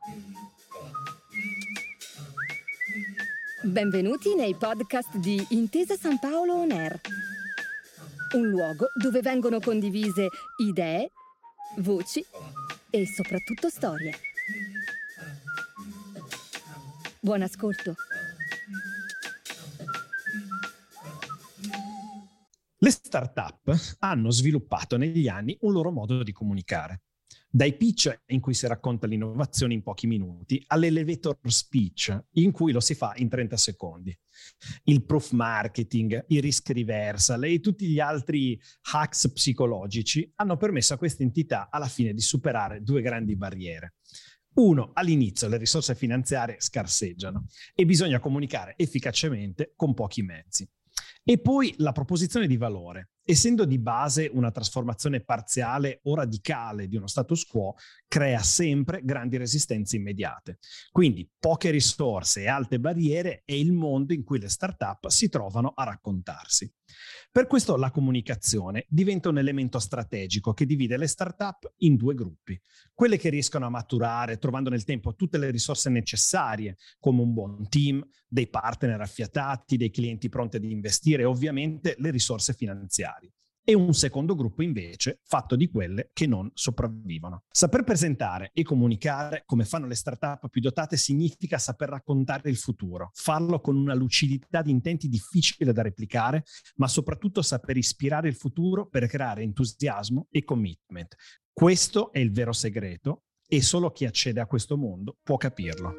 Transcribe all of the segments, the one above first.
Benvenuti nei podcast di Intesa Sanpaolo On Air, un luogo dove vengono condivise idee, voci e soprattutto storie. Buon ascolto. Le start-up hanno sviluppato negli anni un loro modo di comunicare. Dai pitch in cui si racconta l'innovazione in pochi minuti all'elevator speech in cui lo si fa in 30 secondi. Il proof marketing, il risk reversal e tutti gli altri hacks psicologici hanno permesso a queste entità alla fine di superare due grandi barriere. Uno, all'inizio le risorse finanziarie scarseggiano e bisogna comunicare efficacemente con pochi mezzi. E poi la proposizione di valore. Essendo di base una trasformazione parziale o radicale di uno status quo, crea sempre grandi resistenze immediate. Quindi poche risorse e alte barriere è il mondo in cui le start-up si trovano a raccontarsi. Per questo la comunicazione diventa un elemento strategico che divide le start-up in due gruppi. Quelle che riescono a maturare trovando nel tempo tutte le risorse necessarie, come un buon team, dei partner affiatati, dei clienti pronti ad investire e ovviamente le risorse finanziarie. E un secondo gruppo invece fatto di quelle che non sopravvivono. Saper presentare e comunicare come fanno le start-up più dotate significa saper raccontare il futuro, farlo con una lucidità di intenti difficile da replicare, ma soprattutto saper ispirare il futuro per creare entusiasmo e commitment. Questo è il vero segreto e solo chi accede a questo mondo può capirlo.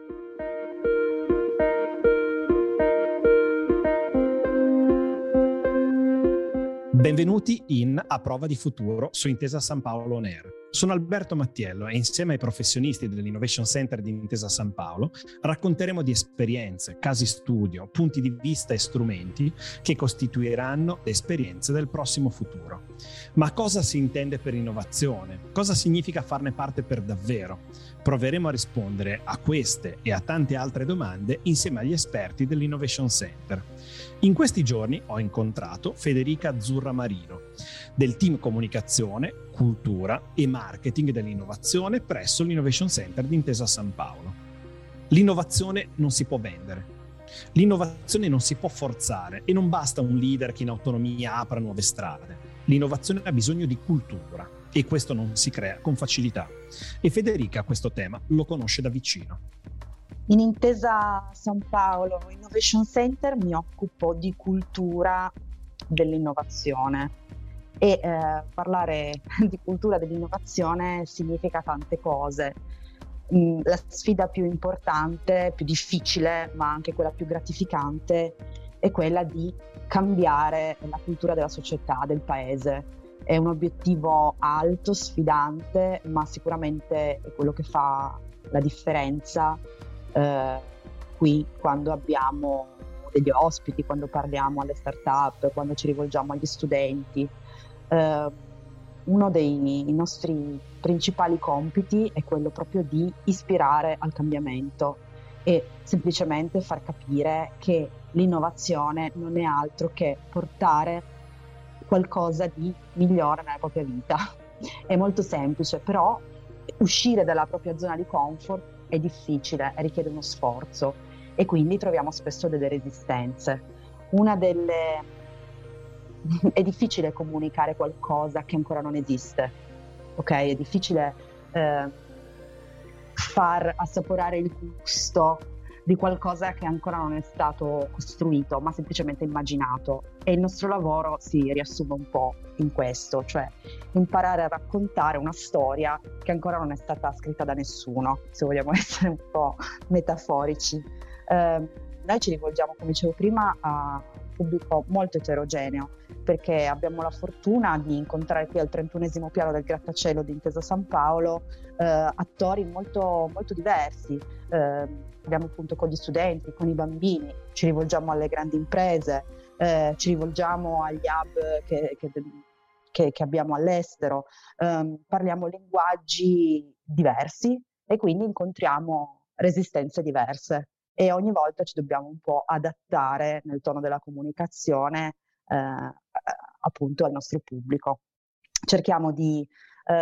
Benvenuti in A Prova di Futuro su Intesa Sanpaolo On Air. Sono Alberto Mattiello e insieme ai professionisti dell'Innovation Center di Intesa Sanpaolo racconteremo di esperienze, casi studio, punti di vista e strumenti che costituiranno le esperienze del prossimo futuro. Ma cosa si intende per innovazione? Cosa significa farne parte per davvero? Proveremo a rispondere a queste e a tante altre domande insieme agli esperti dell'Innovation Center. In questi giorni ho incontrato Federica Azzurra Marino del team comunicazione, cultura e marketing dell'innovazione presso l'Innovation Center di Intesa Sanpaolo. L'innovazione non si può vendere, l'innovazione non si può forzare e non basta un leader che in autonomia apra nuove strade. L'innovazione ha bisogno di cultura e questo non si crea con facilità. E Federica questo tema lo conosce da vicino. In Intesa Sanpaolo Innovation Center mi occupo di cultura dell'innovazione e parlare di cultura dell'innovazione significa tante cose. La sfida più importante, più difficile, ma anche quella più gratificante è quella di cambiare la cultura della società, del paese. È un obiettivo alto, sfidante, ma sicuramente è quello che fa la differenza qui quando abbiamo degli ospiti, quando parliamo alle start-up, quando ci rivolgiamo agli studenti. Uno dei nostri principali compiti è quello proprio di ispirare al cambiamento e semplicemente far capire che l'innovazione non è altro che portare qualcosa di migliore nella propria vita. È molto semplice, però uscire dalla propria zona di comfort è difficile, richiede uno sforzo e quindi troviamo spesso delle resistenze. È difficile comunicare qualcosa che ancora non esiste, ok? È difficile far assaporare il gusto di qualcosa che ancora non è stato costruito, ma semplicemente immaginato. E il nostro lavoro si riassume un po' in questo, cioè imparare a raccontare una storia che ancora non è stata scritta da nessuno, se vogliamo essere un po' metaforici. Noi ci rivolgiamo, come dicevo prima, a un pubblico molto eterogeneo, perché abbiamo la fortuna di incontrare qui al 31esimo piano del grattacielo di Intesa Sanpaolo attori molto, molto diversi. Abbiamo appunto con gli studenti, con i bambini, ci rivolgiamo alle grandi imprese, ci rivolgiamo agli hub che abbiamo all'estero, parliamo linguaggi diversi e quindi incontriamo resistenze diverse e ogni volta ci dobbiamo un po' adattare nel tono della comunicazione appunto al nostro pubblico. Cerchiamo di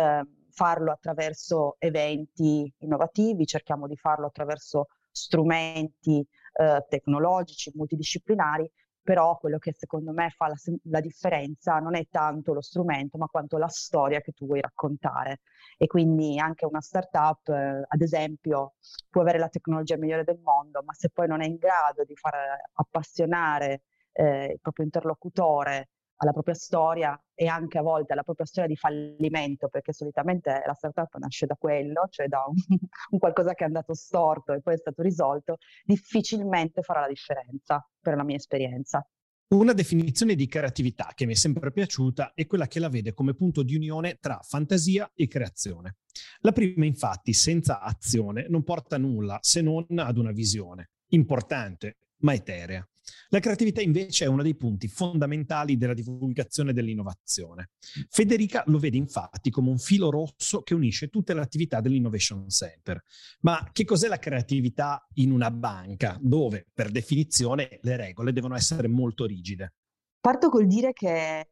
farlo attraverso eventi innovativi, cerchiamo di farlo attraverso strumenti tecnologici, multidisciplinari, però quello che secondo me fa la differenza non è tanto lo strumento, ma quanto la storia che tu vuoi raccontare. E quindi anche una startup, ad esempio, può avere la tecnologia migliore del mondo, ma se poi non è in grado di far appassionare il proprio interlocutore alla propria storia e anche a volte alla propria storia di fallimento, perché solitamente la startup nasce da quello, cioè da un qualcosa che è andato storto e poi è stato risolto, difficilmente farà la differenza, per la mia esperienza. Una definizione di creatività che mi è sempre piaciuta è quella che la vede come punto di unione tra fantasia e creazione. La prima, infatti, senza azione non porta a nulla se non ad una visione, importante ma eterea. La creatività invece è uno dei punti fondamentali della divulgazione dell'innovazione. Federica lo vede infatti come un filo rosso che unisce tutte le attività dell'Innovation Center. Ma che cos'è la creatività in una banca, dove per definizione le regole devono essere molto rigide? Parto col dire che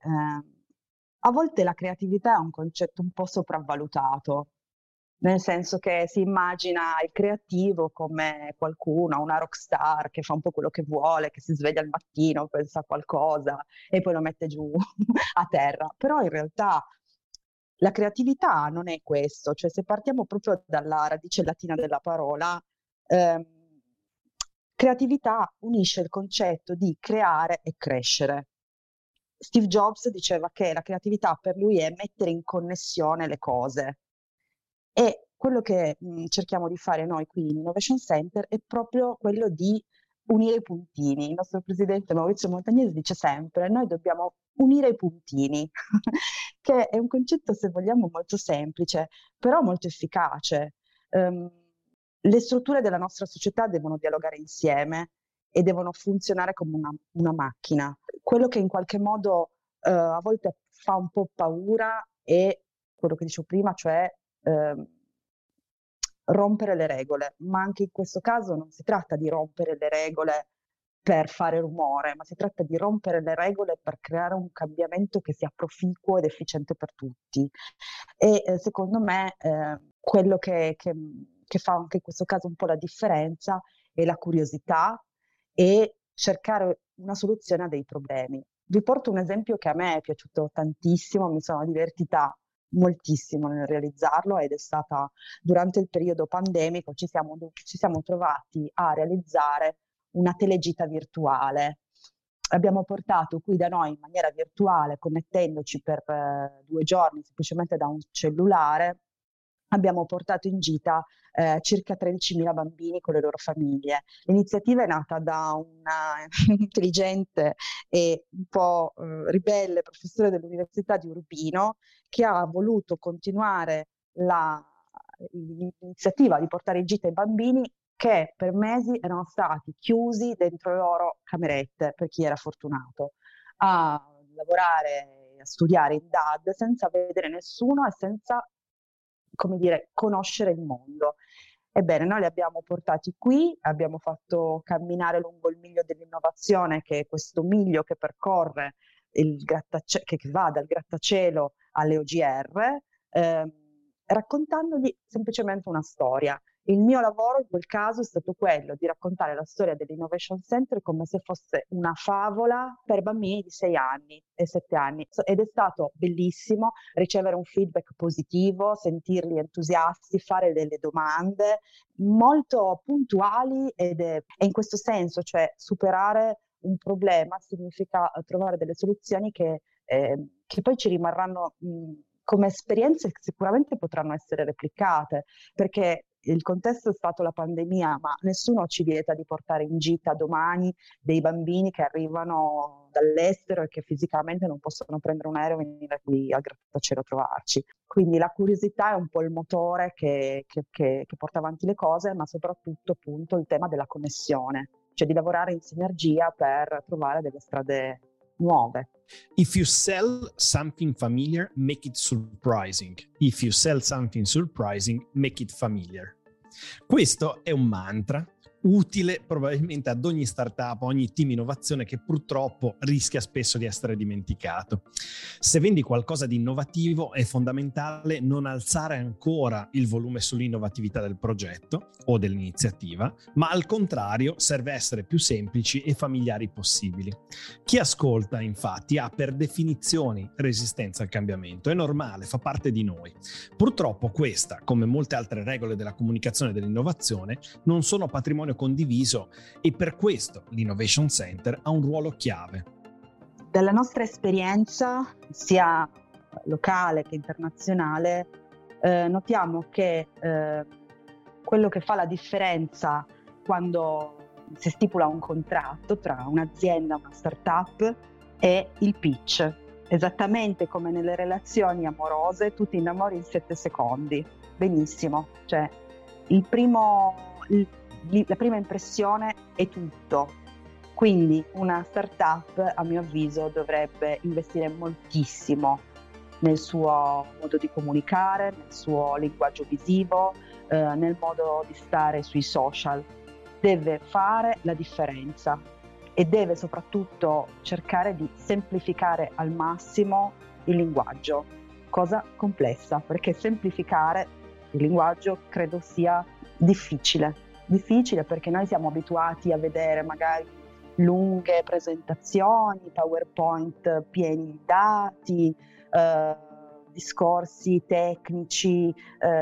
a volte la creatività è un concetto un po' sopravvalutato, nel senso che si immagina il creativo come qualcuno, una rockstar che fa un po' quello che vuole, che si sveglia al mattino, pensa a qualcosa e poi lo mette giù a terra. Però in realtà la creatività non è questo, cioè se partiamo proprio dalla radice latina della parola, ehm, creatività unisce il concetto di creare e crescere. Steve Jobs diceva che la creatività per lui è mettere in connessione le cose. E quello che cerchiamo di fare noi qui in Innovation Center è proprio quello di unire i puntini. Il nostro presidente Maurizio Montagnesi dice sempre: noi dobbiamo unire i puntini, che è un concetto, se vogliamo, molto semplice, però molto efficace. Le strutture della nostra società devono dialogare insieme e devono funzionare come una macchina. Quello che in qualche modo a volte fa un po' paura è quello che dicevo prima, cioè rompere le regole, ma anche in questo caso non si tratta di rompere le regole per fare rumore, ma si tratta di rompere le regole per creare un cambiamento che sia proficuo ed efficiente per tutti. E secondo me quello che fa anche in questo caso un po' la differenza è la curiosità e cercare una soluzione a dei problemi. Vi porto un esempio che a me è piaciuto tantissimo, mi sono divertita moltissimo nel realizzarlo ed è stata durante il periodo pandemico ci siamo trovati a realizzare una telegita virtuale. Abbiamo portato qui da noi in maniera virtuale, connettendoci per 2 giorni semplicemente da un cellulare, abbiamo portato in gita circa 13.000 bambini con le loro famiglie. L'iniziativa è nata da una intelligente e un po' ribelle professore dell'Università di Urbino che ha voluto continuare l'iniziativa di portare in gita i bambini che per mesi erano stati chiusi dentro le loro camerette, per chi era fortunato, a lavorare, a studiare in DAD senza vedere nessuno e senza, come dire, conoscere il mondo. Ebbene, noi li abbiamo portati qui, abbiamo fatto camminare lungo il miglio dell'innovazione, che è questo miglio che percorre che va dal grattacielo alle OGR, raccontandogli semplicemente una storia. Il mio lavoro in quel caso è stato quello di raccontare la storia dell'Innovation Center come se fosse una favola per bambini di 6 anni e 7 anni. Ed è stato bellissimo ricevere un feedback positivo, sentirli entusiasti, fare delle domande molto puntuali e in questo senso, cioè superare un problema significa trovare delle soluzioni che poi ci rimarranno come esperienze che sicuramente potranno essere replicate, perché il contesto è stato la pandemia, ma nessuno ci vieta di portare in gita domani dei bambini che arrivano dall'estero e che fisicamente non possono prendere un aereo e venire qui al grattacielo a trovarci. Quindi la curiosità è un po' il motore che porta avanti le cose, ma soprattutto appunto il tema della connessione, cioè di lavorare in sinergia per trovare delle strade nuove. If you sell something familiar, make it surprising. If you sell something surprising, make it familiar. Questo è un mantra utile probabilmente ad ogni startup, ogni team innovazione che purtroppo rischia spesso di essere dimenticato. Se vendi qualcosa di innovativo è fondamentale non alzare ancora il volume sull'innovatività del progetto o dell'iniziativa, ma al contrario serve essere più semplici e familiari possibili. Chi ascolta infatti ha per definizione resistenza al cambiamento, è normale, fa parte di noi. Purtroppo questa, come molte altre regole della comunicazione e dell'innovazione, non sono patrimonio condiviso e per questo l'Innovation Center ha un ruolo chiave. Dalla nostra esperienza, sia locale che internazionale, notiamo che quello che fa la differenza quando si stipula un contratto tra un'azienda e una startup è il pitch. Esattamente come nelle relazioni amorose, tu ti innamori in 7 secondi. Benissimo, cioè la prima impressione è tutto. Quindi una startup, a mio avviso, dovrebbe investire moltissimo nel suo modo di comunicare, nel suo linguaggio visivo, nel modo di stare sui social. Deve fare la differenza e deve soprattutto cercare di semplificare al massimo il linguaggio, cosa complessa, perché semplificare il linguaggio credo sia difficile perché noi siamo abituati a vedere magari lunghe presentazioni, PowerPoint pieni di dati, discorsi tecnici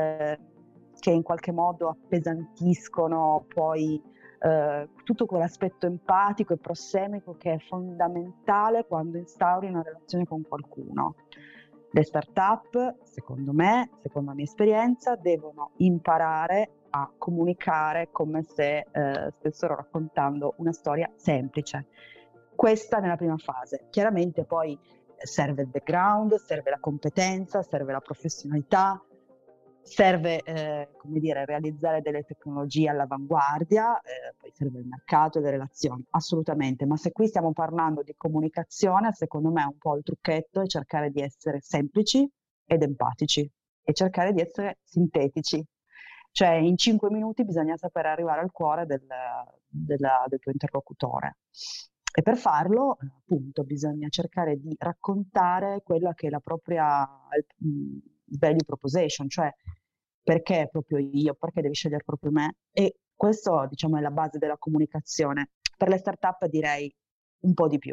che in qualche modo appesantiscono poi tutto quell'aspetto empatico e prossemico che è fondamentale quando instauri una relazione con qualcuno. Le start-up, secondo me, secondo la mia esperienza, devono imparare a comunicare come se stessero raccontando una storia semplice. Questa nella prima fase. Chiaramente poi serve il background, serve la competenza, serve la professionalità, serve realizzare delle tecnologie all'avanguardia, poi serve il mercato e le relazioni, assolutamente, ma se qui stiamo parlando di comunicazione, secondo me un po' il trucchetto è cercare di essere semplici ed empatici e cercare di essere sintetici, cioè in 5 minuti bisogna saper arrivare al cuore del tuo interlocutore. E per farlo, appunto, bisogna cercare di raccontare quella che è la propria value proposition, cioè perché proprio io, perché devi scegliere proprio me. E questo, diciamo, è la base della comunicazione. Per le startup direi un po' di più.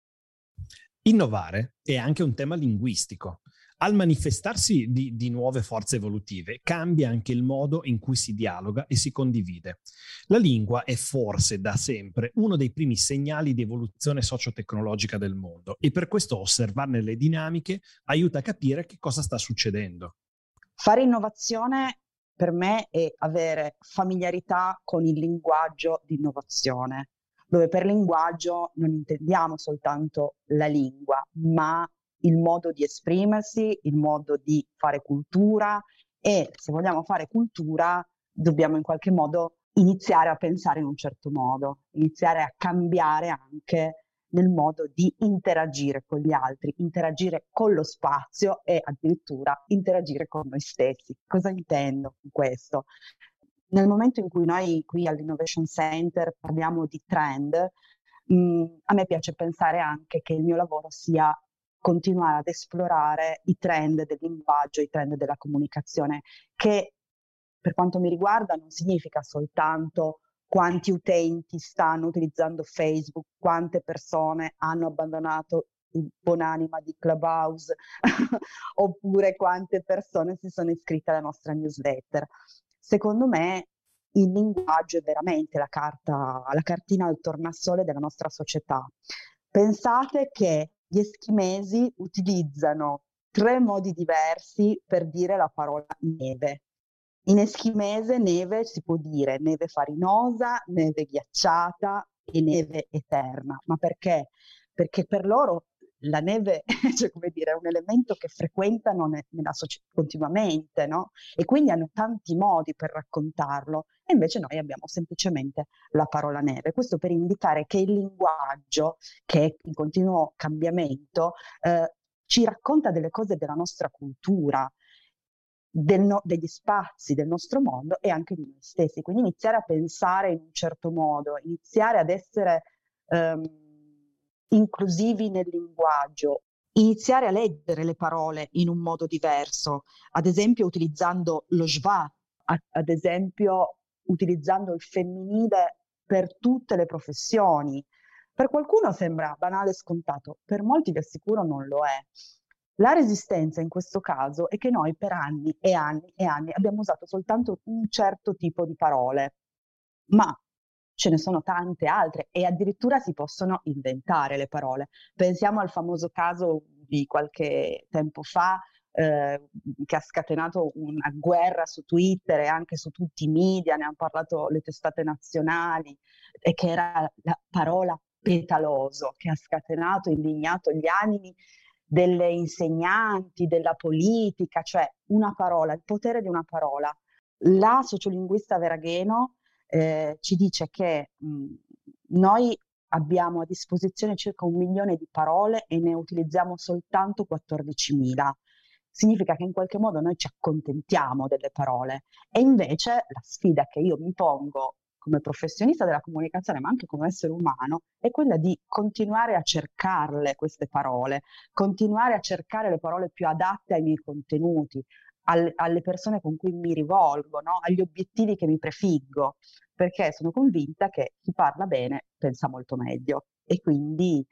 Innovare è anche un tema linguistico. Al manifestarsi di nuove forze evolutive cambia anche il modo in cui si dialoga e si condivide. La lingua è forse da sempre uno dei primi segnali di evoluzione sociotecnologica del mondo e per questo osservarne le dinamiche aiuta a capire che cosa sta succedendo. Fare innovazione per me è avere familiarità con il linguaggio di innovazione, dove per linguaggio non intendiamo soltanto la lingua, ma il modo di esprimersi, il modo di fare cultura e se vogliamo fare cultura dobbiamo in qualche modo iniziare a pensare in un certo modo, iniziare a cambiare anche nel modo di interagire con gli altri, interagire con lo spazio e addirittura interagire con noi stessi. Cosa intendo con questo? Nel momento in cui noi qui all'Innovation Center parliamo di trend, a me piace pensare anche che il mio lavoro sia continuare ad esplorare i trend del linguaggio, i trend della comunicazione, che per quanto mi riguarda non significa soltanto quanti utenti stanno utilizzando Facebook, quante persone hanno abbandonato il buonanima di Clubhouse oppure quante persone si sono iscritte alla nostra newsletter. Secondo me il linguaggio è veramente la cartina al tornasole della nostra società. Pensate che gli eschimesi utilizzano 3 modi diversi per dire la parola neve. In eschimese neve si può dire neve farinosa, neve ghiacciata e neve eterna. Ma perché? Perché per loro la neve cioè, come dire, è un elemento che frequentano nella società continuamente, no? E quindi hanno tanti modi per raccontarlo. E invece noi abbiamo semplicemente la parola neve. Questo per indicare che il linguaggio, che è in continuo cambiamento, ci racconta delle cose della nostra cultura. degli spazi del nostro mondo e anche di noi stessi. Quindi iniziare a pensare in un certo modo, iniziare ad essere inclusivi nel linguaggio, iniziare a leggere le parole in un modo diverso, ad esempio utilizzando lo schwa, ad esempio utilizzando il femminile per tutte le professioni. Per qualcuno sembra banale e scontato, per molti vi assicuro non lo è. La resistenza in questo caso è che noi per anni e anni e anni abbiamo usato soltanto un certo tipo di parole, ma ce ne sono tante altre e addirittura si possono inventare le parole. Pensiamo al famoso caso di qualche tempo fa che ha scatenato una guerra su Twitter e anche su tutti i media, ne hanno parlato le testate nazionali, e che era la parola petaloso, che ha scatenato, indignato gli animi delle insegnanti, della politica, cioè una parola, il potere di una parola. La sociolinguista Veragheno ci dice che noi abbiamo a disposizione circa 1 milione di parole e ne utilizziamo soltanto 14.000. Significa che in qualche modo noi ci accontentiamo delle parole e invece la sfida che io mi pongo come professionista della comunicazione, ma anche come essere umano, è quella di continuare a cercarle queste parole, continuare a cercare le parole più adatte ai miei contenuti, alle persone con cui mi rivolgo, no? Agli obiettivi che mi prefiggo, perché sono convinta che chi parla bene pensa molto meglio e quindi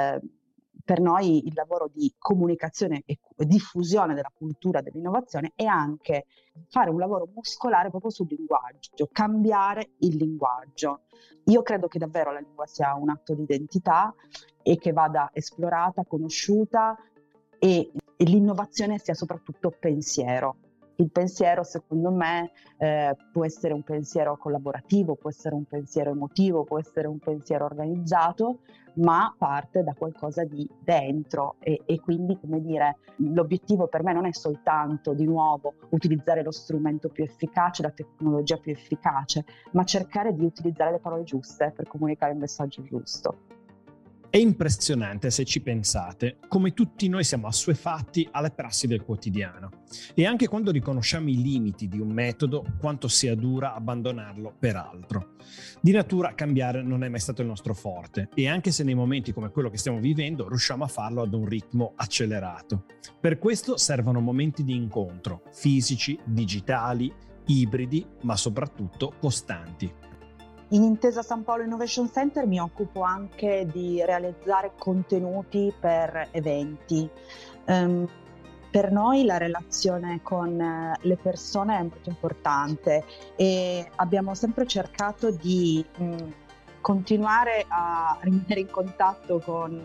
per noi il lavoro di comunicazione e diffusione della cultura dell'innovazione è anche fare un lavoro muscolare proprio sul linguaggio, cambiare il linguaggio. Io credo che davvero la lingua sia un atto di identità e che vada esplorata, conosciuta e l'innovazione sia soprattutto pensiero. Il pensiero, secondo me, può essere un pensiero collaborativo, può essere un pensiero emotivo, può essere un pensiero organizzato, ma parte da qualcosa di dentro e quindi, come dire, l'obiettivo per me non è soltanto, di nuovo, utilizzare lo strumento più efficace, la tecnologia più efficace, ma cercare di utilizzare le parole giuste per comunicare il messaggio giusto. È impressionante, se ci pensate, come tutti noi siamo assuefatti alle prassi del quotidiano e anche quando riconosciamo i limiti di un metodo, quanto sia dura abbandonarlo per altro. Di natura cambiare non è mai stato il nostro forte e anche se nei momenti come quello che stiamo vivendo riusciamo a farlo ad un ritmo accelerato. Per questo servono momenti di incontro, fisici, digitali, ibridi, ma soprattutto costanti. In Intesa San Paolo Innovation Center mi occupo anche di realizzare contenuti per eventi. Per noi la relazione con le persone è molto importante e abbiamo sempre cercato di continuare a rimanere in contatto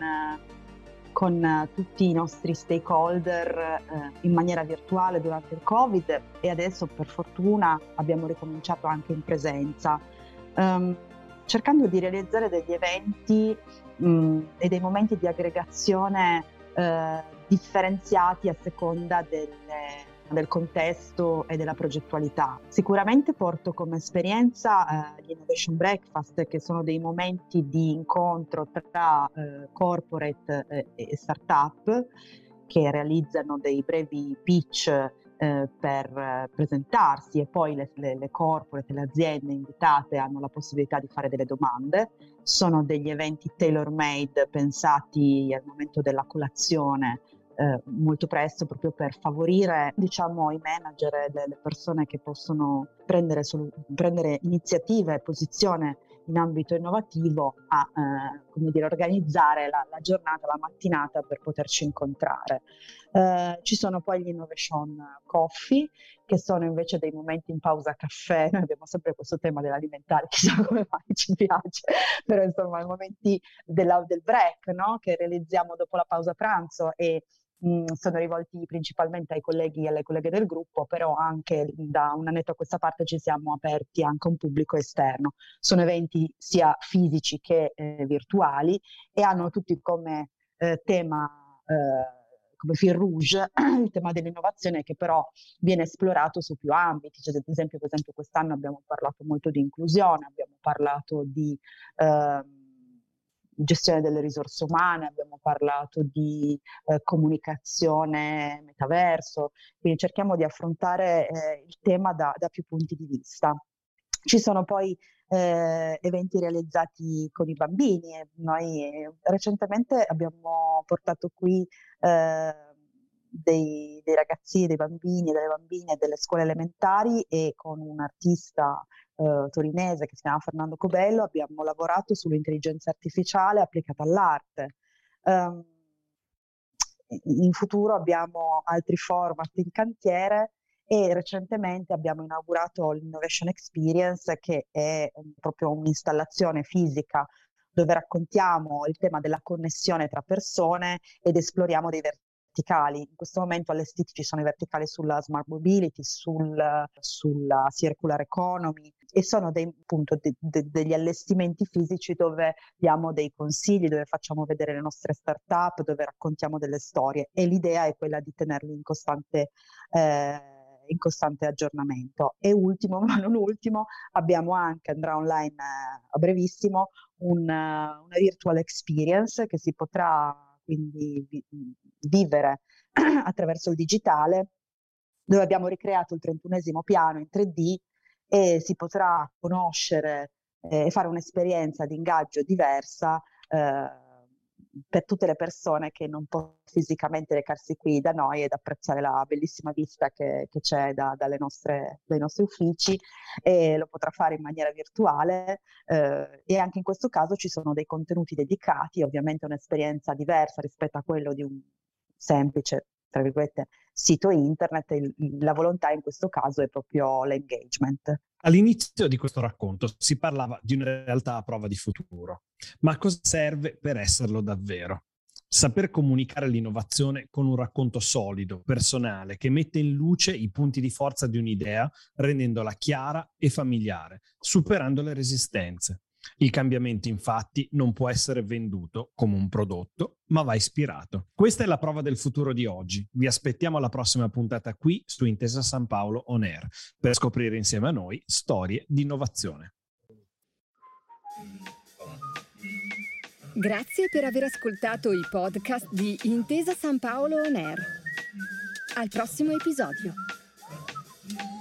con tutti i nostri stakeholder in maniera virtuale durante il Covid e adesso per fortuna abbiamo ricominciato anche in presenza. Cercando di realizzare degli eventi e dei momenti di aggregazione differenziati a seconda del contesto e della progettualità. Sicuramente porto come esperienza gli Innovation Breakfast, che sono dei momenti di incontro tra corporate e startup che realizzano dei brevi pitch per presentarsi e poi le corporate, le aziende invitate hanno la possibilità di fare delle domande. Sono degli eventi tailor-made pensati al momento della colazione molto presto proprio per favorire, diciamo, i manager, le persone che possono prendere iniziative e posizione in ambito innovativo a come dire, organizzare la giornata, la mattinata per poterci incontrare. Ci sono poi gli Innovation Coffee, che sono invece dei momenti in pausa caffè. Noi abbiamo sempre questo tema dell'alimentare, chissà come mai ci piace, però insomma i momenti del break, no? Che realizziamo dopo la pausa pranzo e sono rivolti principalmente ai colleghi e alle colleghe del gruppo, però anche da un annetto a questa parte ci siamo aperti anche a un pubblico esterno. Sono eventi sia fisici che virtuali e hanno tutti come tema, come fil rouge, il tema dell'innovazione, che però viene esplorato su più ambiti. Cioè, ad esempio, quest'anno abbiamo parlato molto di inclusione, abbiamo parlato di gestione delle risorse umane, abbiamo parlato di comunicazione metaverso, quindi cerchiamo di affrontare il tema da più punti di vista. Ci sono poi eventi realizzati con i bambini. Noi recentemente abbiamo portato qui dei ragazzini, dei bambini e delle bambine delle scuole elementari, e con un artista torinese che si chiama Fernando Cobello abbiamo lavorato sull'intelligenza artificiale applicata all'arte. In futuro abbiamo altri format in cantiere, e recentemente abbiamo inaugurato l'Innovation Experience, che è proprio un'installazione fisica dove raccontiamo il tema della connessione tra persone ed esploriamo dei verticali. In questo momento allestiti ci sono i verticali sulla smart mobility, sulla circular economy, e sono degli allestimenti fisici dove diamo dei consigli, dove facciamo vedere le nostre startup, dove raccontiamo delle storie, e l'idea è quella di tenerli in costante aggiornamento. E ultimo, ma non ultimo, abbiamo anche, andrà online a brevissimo, una virtual experience che si potrà quindi vivere attraverso il digitale, dove abbiamo ricreato il 31esimo piano in 3D, e si potrà conoscere e fare un'esperienza di ingaggio diversa per tutte le persone che non possono fisicamente recarsi qui da noi ed apprezzare la bellissima vista che c'è dai nostri uffici, e lo potrà fare in maniera virtuale, e anche in questo caso ci sono dei contenuti dedicati, ovviamente un'esperienza diversa rispetto a quello di un semplice, tra virgolette, sito internet. La volontà in questo caso è proprio l'engagement. All'inizio di questo racconto si parlava di una realtà a prova di futuro, ma cosa serve per esserlo davvero? Saper comunicare l'innovazione con un racconto solido, personale, che mette in luce i punti di forza di un'idea, rendendola chiara e familiare, superando le resistenze. Il cambiamento, infatti, non può essere venduto come un prodotto, ma va ispirato. Questa è la prova del futuro di oggi. Vi aspettiamo alla prossima puntata qui su Intesa San Paolo On Air per scoprire insieme a noi storie di innovazione. Grazie per aver ascoltato i podcast di Intesa San Paolo On Air. Al prossimo episodio.